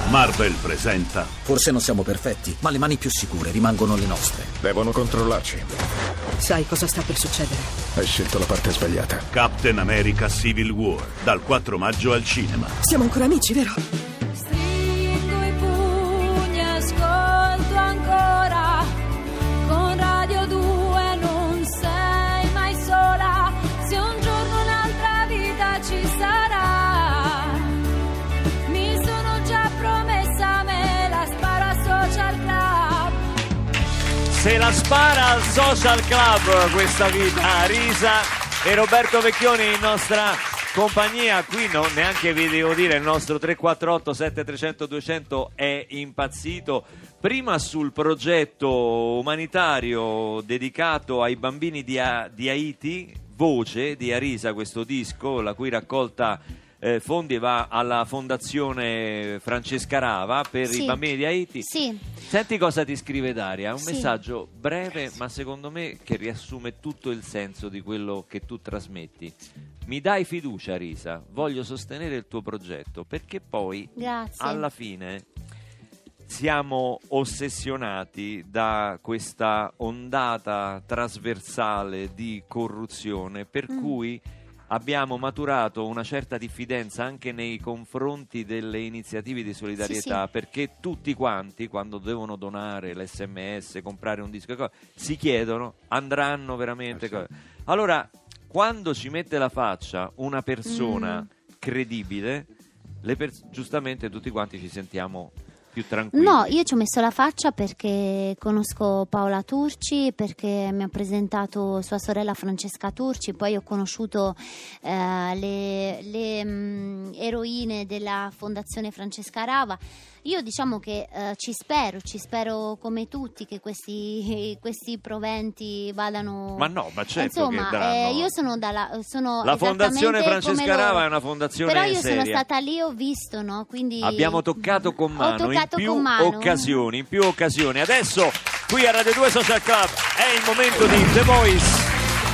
Marvel presenta. Forse non siamo perfetti, ma le mani più sicure rimangono le nostre. Devono controllarci. Sai cosa sta per succedere? Hai scelto la parte sbagliata. Captain America Civil War, dal 4 maggio al cinema. Siamo ancora amici, vero? Stringo i pugni, ascolto ancora. Con Radio 2 non sei mai sola. Se un giorno un'altra vita ci sarà, mi sono già promessa, me la sparo al Social Club. Se la spara al Social Club questa vita. Arisa e Roberto Vecchioni in nostra compagnia. Qui non neanche vi devo dire, il nostro 348 7300 200 è impazzito. Prima sul progetto umanitario dedicato ai bambini di Haiti, Voce di Arisa, questo disco, la cui raccolta fondi va alla Fondazione Francesca Rava per i bambini di Haiti. Sì. Senti cosa ti scrive Daria, un Sì. messaggio breve ma secondo me che riassume tutto il senso di quello che tu trasmetti. Mi dai fiducia, Arisa, voglio sostenere il tuo progetto perché poi Grazie. alla fine siamo ossessionati da questa ondata trasversale di corruzione per cui abbiamo maturato una certa diffidenza anche nei confronti delle iniziative di solidarietà, Sì. perché tutti quanti quando devono donare l'SMS, comprare un disco, si chiedono andranno veramente allora quando ci mette la faccia una persona credibile, giustamente tutti quanti ci sentiamo più tranquilli. No, io ci ho messo la faccia perché conosco Paola Turci, perché mi ha presentato sua sorella Francesca Turci, poi ho conosciuto le eroine della Fondazione Francesca Rava. Io diciamo che ci spero come tutti che questi proventi vadano. Ma no, ma certo insomma, che daranno. io sono La Fondazione Francesca come loro. Rava è una fondazione però io seria. sono stata lì, ho visto, no? Quindi Abbiamo toccato con mano in più occasioni. occasioni. Adesso qui a Radio 2 Social Club è il momento di The Voice.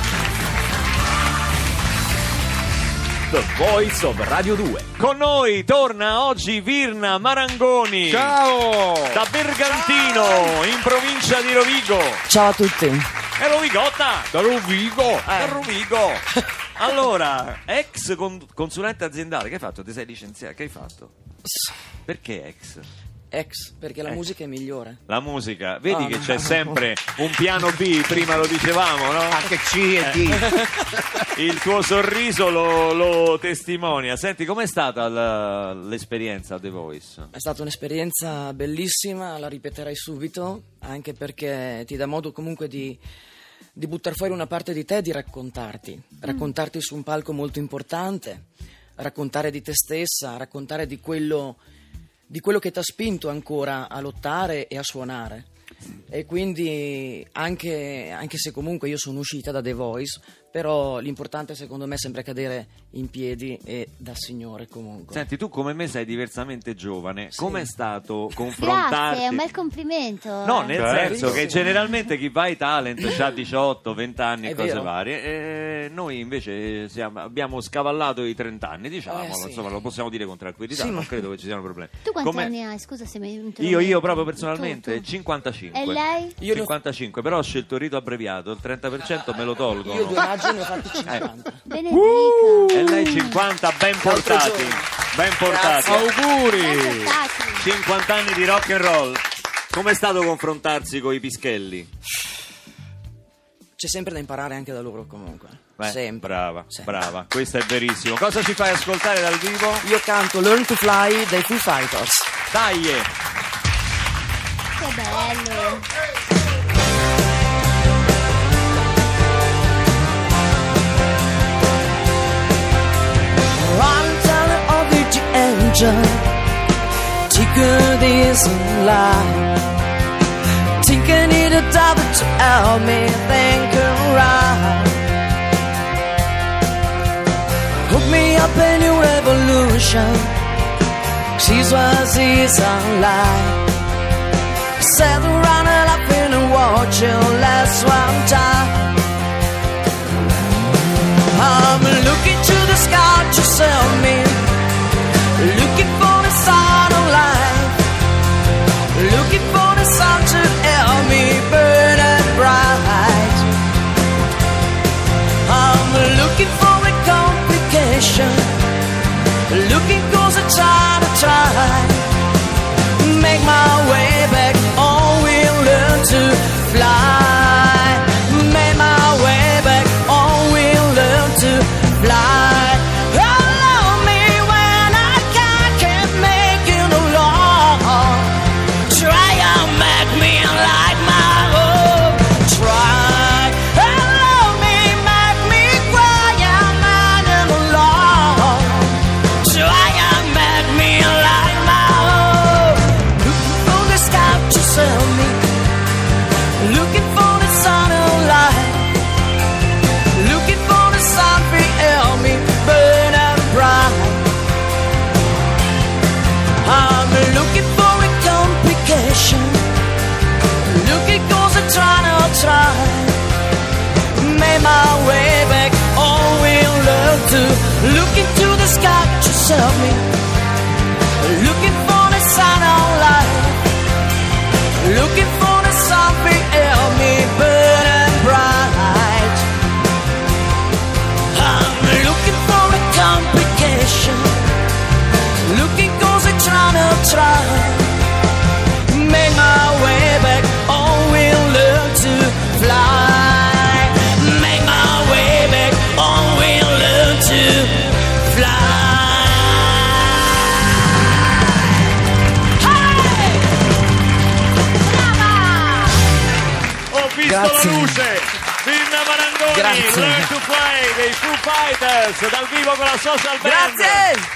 The Voice of Radio 2. Con noi torna oggi Virna Marangoni. Ciao! Da Bergantino, in provincia di Rovigo. Ciao a tutti. È Rovigotta! Da Rovigo! Da Rovigo! Allora, ex consulente aziendale, che hai fatto? Ti sei licenziato? Che hai fatto? Perché ex? Perché la musica è migliore. La musica, vedi che c'è sempre un piano B, prima lo dicevamo, no? Anche C e D. Il tuo sorriso lo testimonia. Senti, com'è stata l'esperienza a The Voice? È stata un'esperienza bellissima, la ripeterei subito, anche perché ti dà modo comunque di buttare fuori una parte di te e di raccontarti su un palco molto importante, raccontare di te stessa, raccontare di quello che ti ha spinto ancora a lottare e a suonare. E quindi anche se comunque io sono uscita da The Voice, però l'importante secondo me è sempre cadere in piedi e da signore comunque. Senti, tu come me sei diversamente giovane, Sì. com'è stato confrontarti? Grazie, è un bel complimento. No, nel senso che Sì. generalmente chi va ai talent ha 18, 20 anni e È cose vero. varie. Noi invece abbiamo scavallato i 30 anni, diciamolo, sì. insomma, lo possiamo dire con tranquillità, Sì, non ma- credo che ci siano problemi. Tu quanti Come- anni hai? Scusa se mi interrompo. Io proprio personalmente Tu. 55. E lei? Io ne ho- 55, però ho scelto il rito abbreviato, il 30% me lo tolgono. Io 2 maggio ne ho fatti 50. Benedica. E lei 50, ben portati. giorno. Ben portati. Auguri! Aspettati. 50 anni di rock and roll. Com'è stato confrontarsi con i pischelli? C'è sempre da imparare anche da loro comunque. Beh, Sempre. brava, Sempre. brava, questo è verissimo. Cosa ci fai ascoltare dal vivo? Io canto Learn to Fly dei Foo Fighters. Dai! Che bello. Lontano oggi engine Ticket isn't lie Tinker need a double to help me think and right Hook me up a new revolution She's was is a lie Sat around and laughing and watching last one time I'm looking to the sky to sell me Looking for the sign of life serve me. Looking for the sign of life, looking for the something help me burning bright. I'm looking for a complication, looking cause I'm trying to try. Make my way back, or we'll learn to fly. Make my way back, or we'll learn to fly. Visto la luce, Firna Marangoni, Grazie. Learn to Fly dei Foo Fighters dal vivo con la social band. Grazie!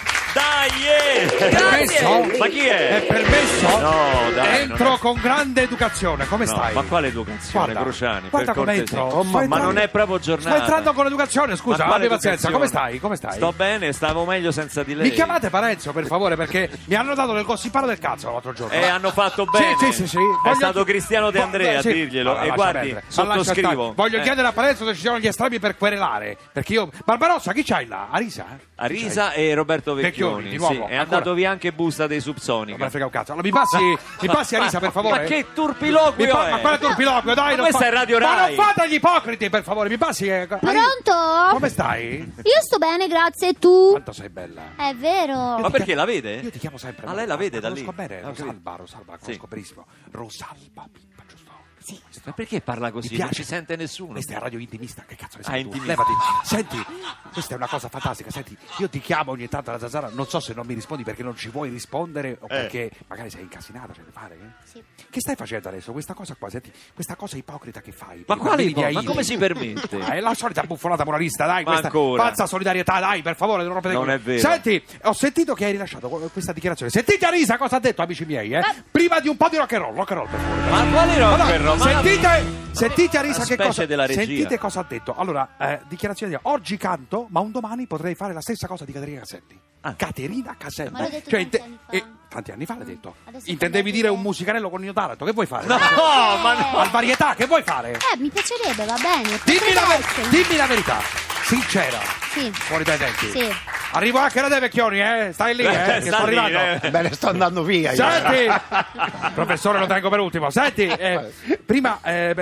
Dai! Permesso? Ma chi è? È permesso? No, dai. Entro con grande educazione. Come No, stai? ma quale educazione, Guarda, Cruciani? guarda per come cortesia. entro. Sto Ma entrando- non è proprio giornata. Sto entrando con l'educazione, scusa, Ma quale abbi pazienza. Come educazione? stai? Come stai? Sto bene, stavo meglio senza di lei. Mi chiamate Parenzo, per favore, perché mi hanno dato del gossiparo del cazzo l'altro giorno. Hanno fatto bene. Sì. È stato Cristiano De Andrea a sì. dirglielo. Ma E lascia guardi, perdere. Ma lascia sottoscrivo. stare. Voglio chiedere a Parenzo se ci sono gli estremi per querelare. Perché io. Barbarossa, chi c'hai là? Arisa? Arisa e Roberto Vecchioni, Vecchioni. di nuovo, Sì, è ancora. andato via anche Busta dei Non me ne Subsonica. frega un cazzo. Allora, mi passi Arisa, per favore? Ma che turpiloquio è? Ma quale turpiloquio, dai! Ma non questa è Radio Ma Rai. non fate gli ipocriti, per favore, mi passi. Pronto? Come stai? Io sto bene, grazie. E tu? Quanto sei bella. È vero. Ma perché la vede? Io ti chiamo sempre. Ah, lei la vede da lì? Conosco bene, Ah, sì. Rosalba, la conosco Sì. benissimo. Rosalba Pippa, giusto? Sì. Ma perché parla così? Mi Non piace. ci sente nessuno. Questa è radio intimista, che cazzo ne Ah, sai tu? intimista. Levati. Senti, questa è una cosa fantastica. Senti, io ti chiamo ogni tanto alla Zazzara, non so se non mi rispondi perché non ci vuoi rispondere o perché magari sei incasinata, ce ne fare? Sì. Che stai facendo adesso? Questa cosa qua, senti, questa cosa ipocrita che fai. Ma per i quale bambini di ipo- Ma Aida. come si permette? È la solita buffonata moralista, dai, Ma questa ancora? falsa solidarietà, dai, per favore, non rompete Non il è culo. vero. Senti, ho sentito che hai rilasciato questa dichiarazione. Sentite Arisa cosa ha detto, amici miei, prima di un po' di rock and roll, per favore. Ma quale rock and roll? Ma- Sentite Arisa Una che specie cosa della regia. Sentite cosa ha detto. Allora, dichiarazione di oggi canto, ma un domani potrei fare la stessa cosa di Caterina Casselli. Caterina Casselli. Ma l'ho detto Cioè, tanti anni fa. tanti anni fa l'hai detto. Adesso Intendevi potete- dire un musicarello con Nino Taranto, che vuoi fare? No, ma no. Al varietà, che vuoi fare? Mi piacerebbe, va bene. Dimmi dimmi la verità, sincera, Sì. fuori dai denti. Sì. Arrivo anche da te, Vecchioni, Stai lì, che sta sto lì, arrivando. Bene, sto andando via. io. Senti, professore, lo tengo per ultimo. Senti, prima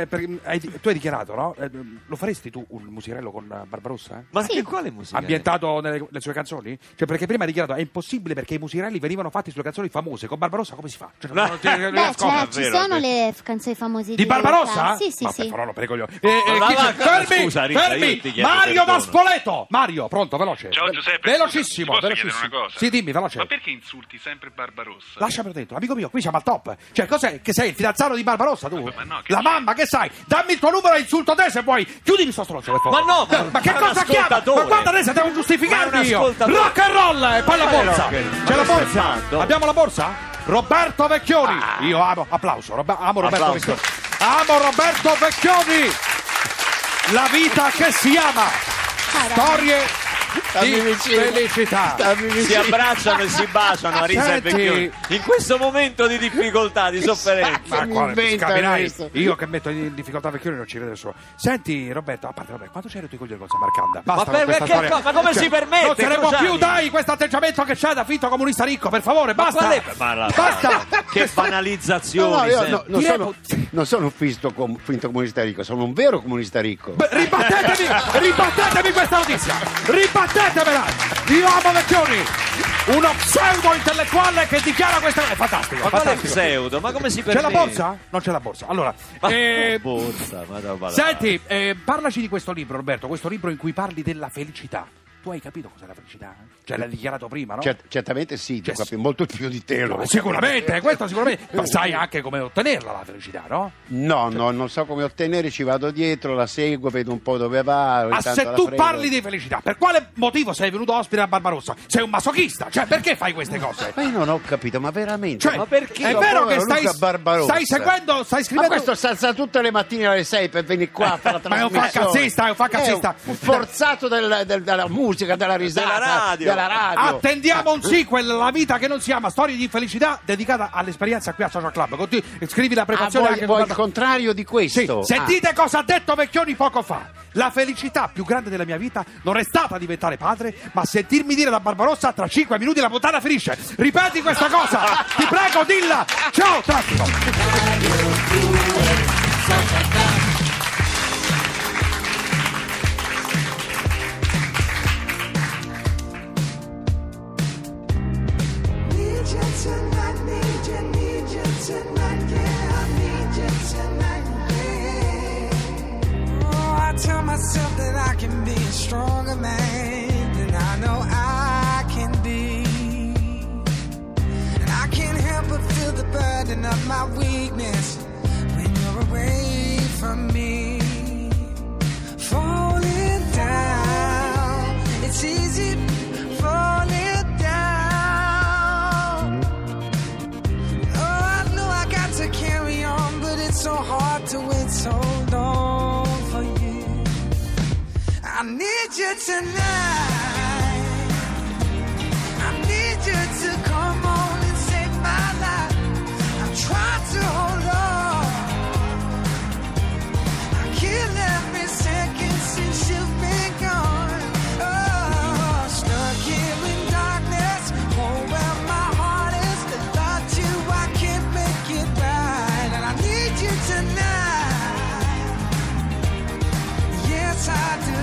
tu hai dichiarato, no? Lo faresti tu un musicarello con Barbarossa? Ma Sì. che quale musica? Ambientato nelle sue canzoni? Cioè, perché prima hai dichiarato è impossibile perché i musicali venivano fatti sulle canzoni famose. Con Barbarossa come si fa? Cioè, non ti Beh, nascondi. ci sono le canzoni famose Di Barbarossa? Sì, sì, Vabbè, sì. però non per i coglioni. va, Fermi, scusa, Rita, io fermi. ti chiedo Mario da perdono. Spoleto. Mario, pronto, veloce. Ciao Giuseppe, Velocissimo, scusa, ti posso velocissimo. chiedere una cosa? Sì, dimmi, veloce. Ma perché insulti sempre Barbarossa? Lasciamelo dentro, amico mio, qui siamo al top. Cioè, cos'è? Che sei il fidanzato di Barbarossa, tu? Vabbè, ma no, che La c'è? mamma, che sai? Dammi il tuo numero e insulto te se vuoi. Chiudimi sto stronzo, per favore. Ma no, ma che ma è un cosa chiama? ascoltatore. Ma guarda adesso, devo Ma è giustificarmi un io. ascoltatore. Rock and roll, e poi la Ma borsa. rock and- ma C'è la che stai borsa? fatto? Abbiamo la borsa? Roberto Vecchioni. Io amo, applauso. Amo Roberto Applauso. Vecchioni. Amo Roberto Vecchioni. La vita che si ama. Storie di felicità. Si abbracciano e si baciano Arisa e Senti. Vecchioni in questo momento di difficoltà, di sofferenza. Ma mi quale inventa capirai? questo? Io che metto in difficoltà Vecchioni non ci vedo nessuno. Senti Roberto, a parte vabbè, quando c'eri tu i coglioni con Samarcanda? Basta per- con questa che storia. co- ma come si permette, Non se ne può Cruciani? più, dai, questo atteggiamento che c'è da finto comunista ricco, per favore, basta. Qual è? Ma la- Basta. Che No, banalizzazioni. io sempre. non sono un finto comunista ricco, sono un vero comunista ricco. Beh, ribattetemi questa notizia. Ribattetemela. Io amo Vecchioni. Uno pseudo intellettuale che dichiara questa. È fantastico. Ma quale fantastico. pseudo? Ma come si C'è permette? la borsa? Non c'è la borsa. Allora, Ma borsa, ma da parlare. senti, parlaci di questo libro, Roberto, questo libro in cui parli della felicità. Tu hai capito cos'è la felicità? Cioè, l'hai dichiarato prima, no? Certamente sì, Cioè, capisco molto più di te. No, sicuramente, questo sicuramente. Ma sai anche come ottenerla la felicità, no? No, non so come ottenere, ci vado dietro, la seguo, vedo un po' dove va. ogni Ah, tanto se la tu frego. parli di felicità, per quale motivo sei venuto ospite a Barbarossa? Sei un masochista, cioè perché fai queste cose? Ma io non ho capito, ma veramente? Cioè, Ma perché? è vero che Povero Luca Barbarossa. stai seguendo, stai Ma scrivendo. questo si alza tutte le mattine alle 6 per venire qua a fare la Ma è un trasmissione. fancazzista, è un fancazzista. È un forzato della musica. musica della risata della radio. Attendiamo un sequel, La vita che non si ama, storie di felicità dedicata all'esperienza qui a Social Club. Scrivi la prefazione anche vuoi il contrario di questo? Sì. Sentite cosa ha detto Vecchioni poco fa. La felicità più grande della mia vita non è stata diventare padre, ma sentirmi dire da Barbarossa tra 5 minuti la puttana finisce. Ripeti questa cosa, ti prego, dilla. Ciao, traffico. Tell myself that I can be a stronger man than I know I can be, and I can't help but feel the burden of my weakness when you're away from me. Falling down, it's easy falling down. Oh, I know I got to carry on, but it's so hard to wait so long for you. I need you tonight. I need you to come on and save my life. I'm trying to hold on. I kill every second since you've been gone. Oh, stuck here in darkness. Oh, where my heart is. Without you, I can't make it right. And I need you tonight. Yes, I do.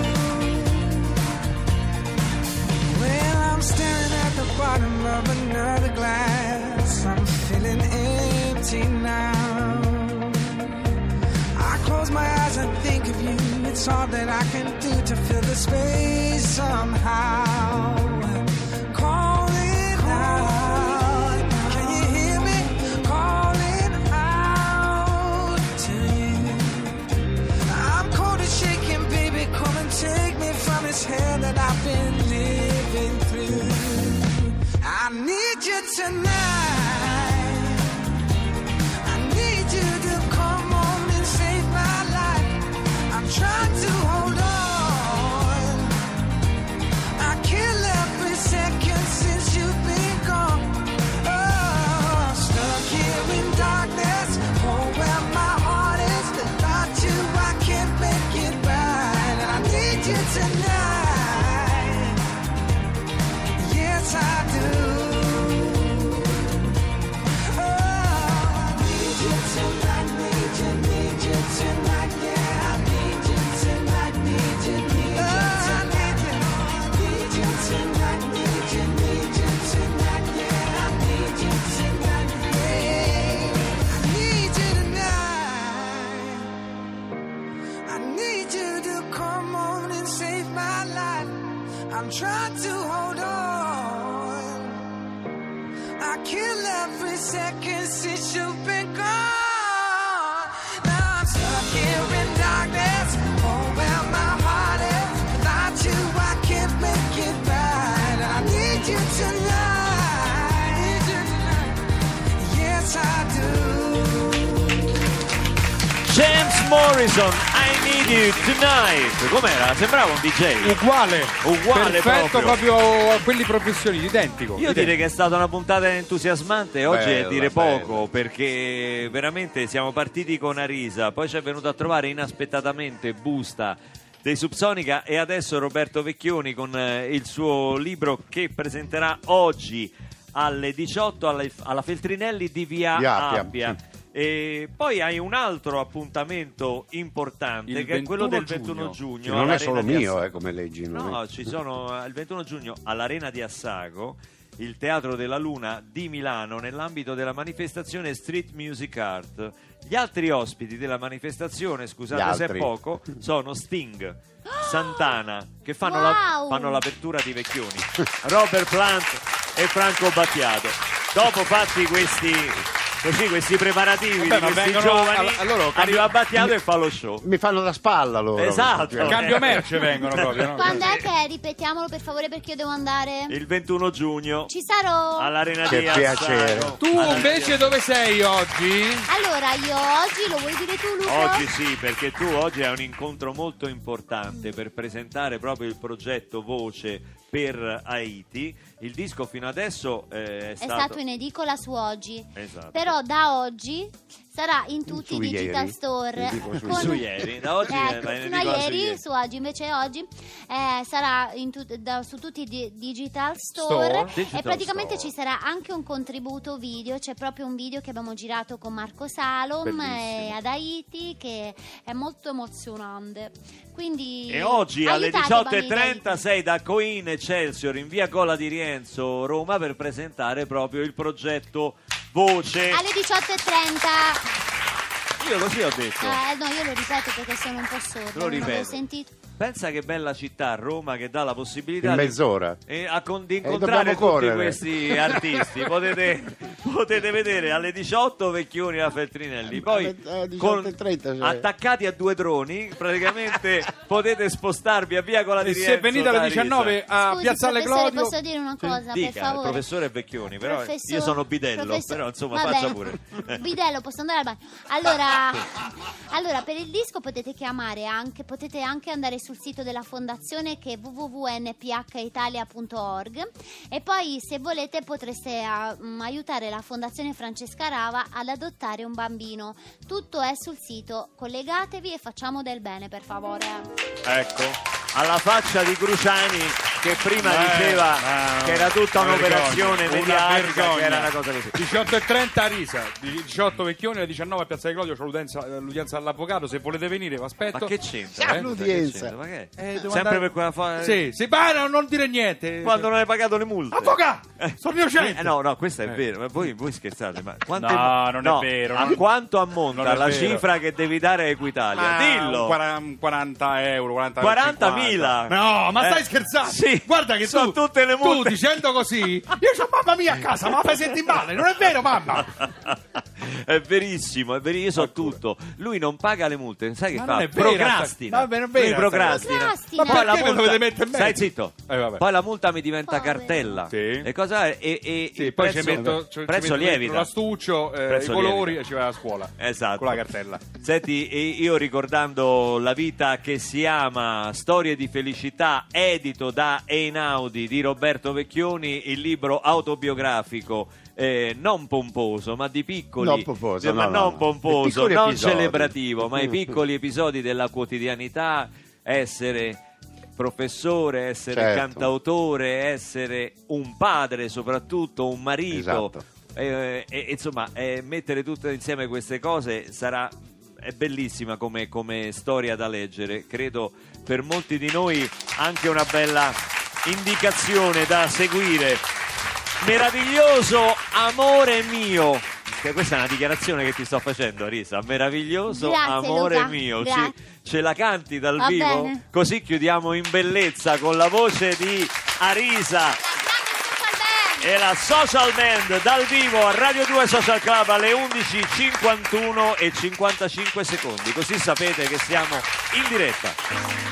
Staring at the bottom of another glass, I'm feeling empty now. I close my eyes and think of you. It's all that I can do to fill the space somehow. Calling out, can you hear me? Calling out to you. I'm cold and shaking, baby. Come and take me from this hell that I've been living through. I need you tonight. I need you to come on and save my life. I'm trying to hold on. I kill every second since you've been gone. Oh, stuck here in darkness. Oh, where my heart is. Without you, I can't make it right. And I need you tonight. Yes, I do. I'm trying to hold on. I kill every second since you've been gone. Now I'm stuck here in darkness. Oh, where my heart is. Without you, I can't make it right. I need you tonight. Yes, I do. James Morrison, I Need You Tonight. Com'era? Sembrava un DJ. Uguale Perfetto, proprio a quelli professionisti, identico. Io direi che è stata una puntata entusiasmante. Oggi è dire Bella. poco, perché veramente siamo partiti con Arisa, poi ci è venuto a trovare inaspettatamente Busta dei Subsonica e adesso Roberto Vecchioni con il suo libro che presenterà oggi alle 18 alla Feltrinelli di Via Appia. E poi hai un altro appuntamento importante che è quello del 21 giugno. Che non è solo mio, Assago. come leggi. No, ci sono il 21 giugno all'Arena di Assago, il Teatro della Luna di Milano, nell'ambito della manifestazione Street Music Art. Gli altri ospiti della manifestazione, scusate se è poco, sono Sting, Santana, che fanno l'apertura di Vecchioni, Robert Plant e Franco Battiato. Dopo fatti questi Così questi preparativi Vabbè, di ma questi vengono- giovani, allora, arriva Battiato e fa lo show. Mi fanno da spalla loro. Esatto. Cambio merce vengono proprio, no? Quando è che ripetiamolo per favore perché io devo andare? Il 21 giugno Ci sarò. all'Arena Che di piacere. Alzano. Tu invece dove sei oggi? Allora, io oggi lo vuoi dire tu, Luca? Oggi sì, perché tu oggi hai un incontro molto importante per presentare proprio il progetto Voce per Haiti. Il disco fino adesso è stato in edicola su oggi. Esatto. Però da oggi sarà in tutti i Su digital ieri. store. Dico su ieri, da oggi va in fino a edicola su ieri, ieri. su oggi, invece oggi sarà su tutti i digital store. Digital E praticamente store. ci sarà anche un contributo video. C'è proprio un video che abbiamo girato con Marco Salom Bellissimo. ad Haiti, che è molto emozionante. Quindi E oggi alle aiutate i bambini 18:30 d'Haiti. sei da Coin Excelsior in via Cola di Rienzo, Roma, per presentare proprio il progetto Voce. Alle 18:30. Io così ho detto. No, io lo ripeto perché sono un po' sorda. Lo non ripeto. l'avevo sentito. Pensa che bella città Roma, che dà la possibilità In mezz'ora. di incontrare dobbiamo tutti correre. questi artisti. Potete vedere alle 18 Vecchioni a Feltrinelli, poi Alle 18:30, cioè. attaccati a due droni praticamente potete spostarvi a via Cola di E Rienzo. se venite alle da 19 a Scusi, Piazzale professore, Clodio. posso dire una cosa, Dica, per favore? il professore Vecchioni, però Professor- io sono bidello, professor- però insomma va faccia bene. pure. Bidello, posso andare al bagno? Allora, per il disco potete anche andare sul sito della fondazione, che è www.nphitalia.org, e poi se volete potreste aiutare la Fondazione Francesca Rava ad adottare un bambino. Tutto è sul sito, collegatevi e facciamo del bene, per favore. Ecco, alla faccia di Cruciani che prima diceva che era tutta un'operazione mediatica, che era una cosa così. 18:30 a Risa, 18 Vecchioni, alle 19 a Piazzale Clodio c'ho l'udienza all'avvocato. Se volete venire vi aspetto. Ma che c'entra? L'udienza. Ma che? devo Sempre andare- per quella Sì, ma non dire niente. Quando non hai pagato le multe. Avvocato! Sono innocente! No, questo è vero, ma voi scherzate, ma quante No, non è vero, A non- quanto non ammonta è la vero. cifra che devi dare a Equitalia? Dillo! 40 euro, 40.000. No, ma stai scherzando? Sì, Guarda che sono tutte le multe. Tu dicendo così, io c'ho mamma mia a casa, ma la senti male, non è vero, mamma? È verissimo, io so tutto. Lui non paga le multe, sai che Ma fa? non è vera Procrastina. sta- non è vera Lui sta procrastina. Procrastina. Ma Poi la perché mi multa- dovete mettere in mezzo? Stai zitto. Vabbè. Poi la multa mi diventa Povero. cartella. Sì. E cosa è? E Sì, il poi prezzo, ci metto prezzo lievita. l'astuccio, Prezzo i colori lievita. e ci vai a scuola. Esatto. Con la cartella. Senti, io ricordando La vita che si ama, storie di felicità, edito da Einaudi di Roberto Vecchioni, il libro autobiografico non pomposo, ma di piccoli, Non pomposo, ma no, non no. pomposo, Piccoli non episodi. celebrativo, ma i piccoli episodi della quotidianità, essere professore, essere Certo. cantautore, essere un padre, soprattutto un marito. Esatto. Insomma, mettere tutte insieme queste cose è bellissima come storia da leggere. Credo per molti di noi anche una bella indicazione da seguire. Meraviglioso amore mio, che questa è una dichiarazione che ti sto facendo, Arisa. Meraviglioso Grazie, amore Luca. mio. Grazie. Ce la canti dal Va vivo? bene. Così chiudiamo in bellezza con la voce di Arisa e la Social Band dal vivo a Radio 2 Social Club alle 11:51 e 55 secondi. Così sapete che siamo in diretta.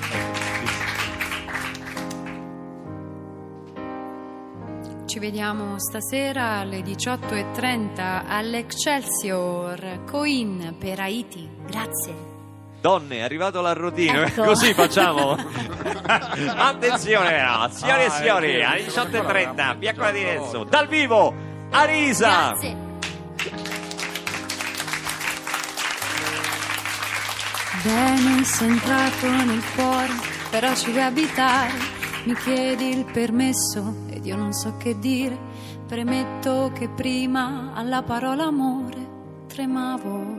Ci vediamo stasera alle 18:30 all'Excelsior Coin per Haiti. Grazie. Donne, è arrivato l'arrotino, Ecco. così facciamo. Attenzione, no, signori e signori, vero, alle 18:30, via Cola di Una Rienzo, volta. dal vivo, Arisa. Grazie. Bene, sei entrato nel cuore, però ci devi abitare. Mi chiedi il permesso ed io non so che dire. Premetto che prima alla parola amore tremavo.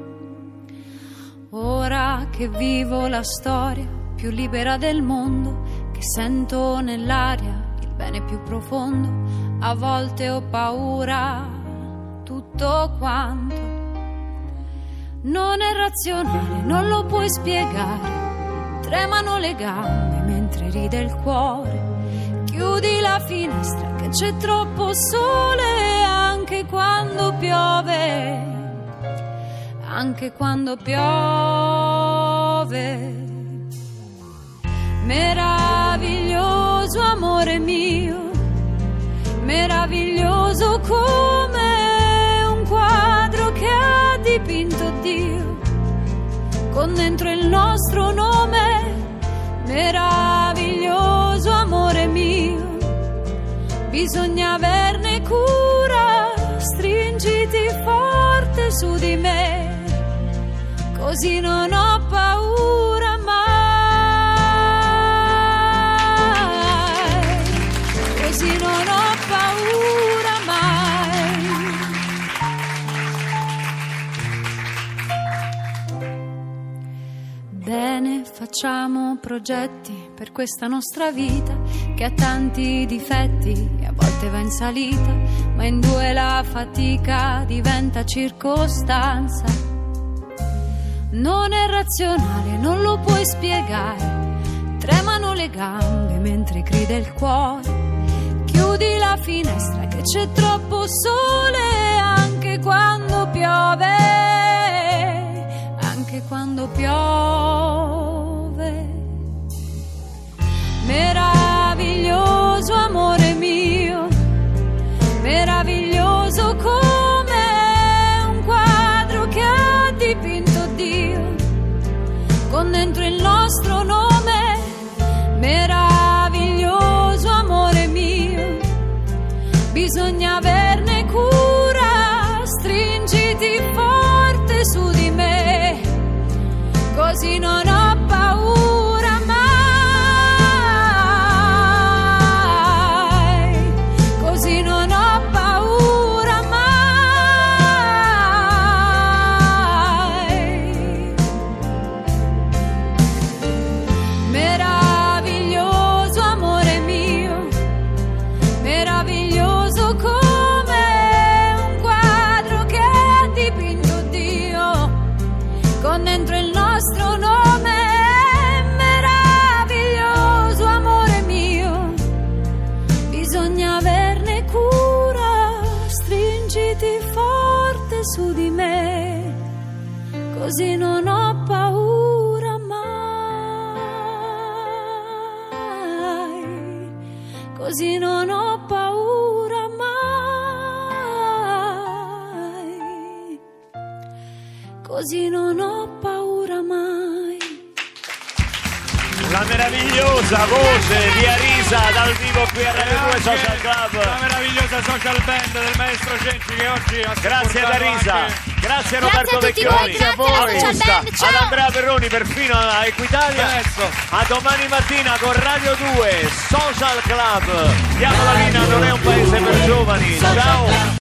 Ora che vivo la storia più libera del mondo, che sento nell'aria il bene più profondo, a volte ho paura, tutto quanto non è razionale, non lo puoi spiegare. Tremano le gambe mentre ride il cuore. Chiudi la finestra che c'è troppo sole anche quando piove. anche quando piove. Meraviglioso amore mio, meraviglioso come un quadro che ha dipinto Dio, con dentro il nostro nome. Meraviglioso amore mio, bisogna averne cura, stringiti forte su di me, così non ho paura mai, così non ho paura mai. Bene, facciamo progetti per questa nostra vita che ha tanti difetti e a volte va in salita, ma in due la fatica diventa circostanza. Non è razionale, non lo puoi spiegare, tremano le gambe mentre grida il cuore. Chiudi la finestra che c'è troppo sole, anche quando piove, anche quando piove. Meraviglioso amore mio, meraviglioso come un quadro che ha dipinto Dio, con dentro il nostro nome. Meraviglioso amore mio, bisogna averne cura, stringiti forte su di me, così non ho paura mai, così non ho paura mai. Meraviglioso amore mio, meraviglioso come un quadro che ha dipinto Dio, con dentro il nostro nome. Meraviglioso amore mio, bisogna averne cura, stringiti forte su di me, così non ho paura mai, così non ho paura mai, così non ho paura mai. La meravigliosa voce di Arisa dal vivo qui a Radio 2 Social Club. La meravigliosa social band del maestro Cenci che oggi ha Grazie ad Arisa, grazie a Roberto tutti Vecchioni, voi, grazie alla social band, ciao. ad Andrea Perroni, perfino a Equitalia. A domani mattina con Radio 2 Social Club. Diamo la linea, non è un paese per giovani. Ciao.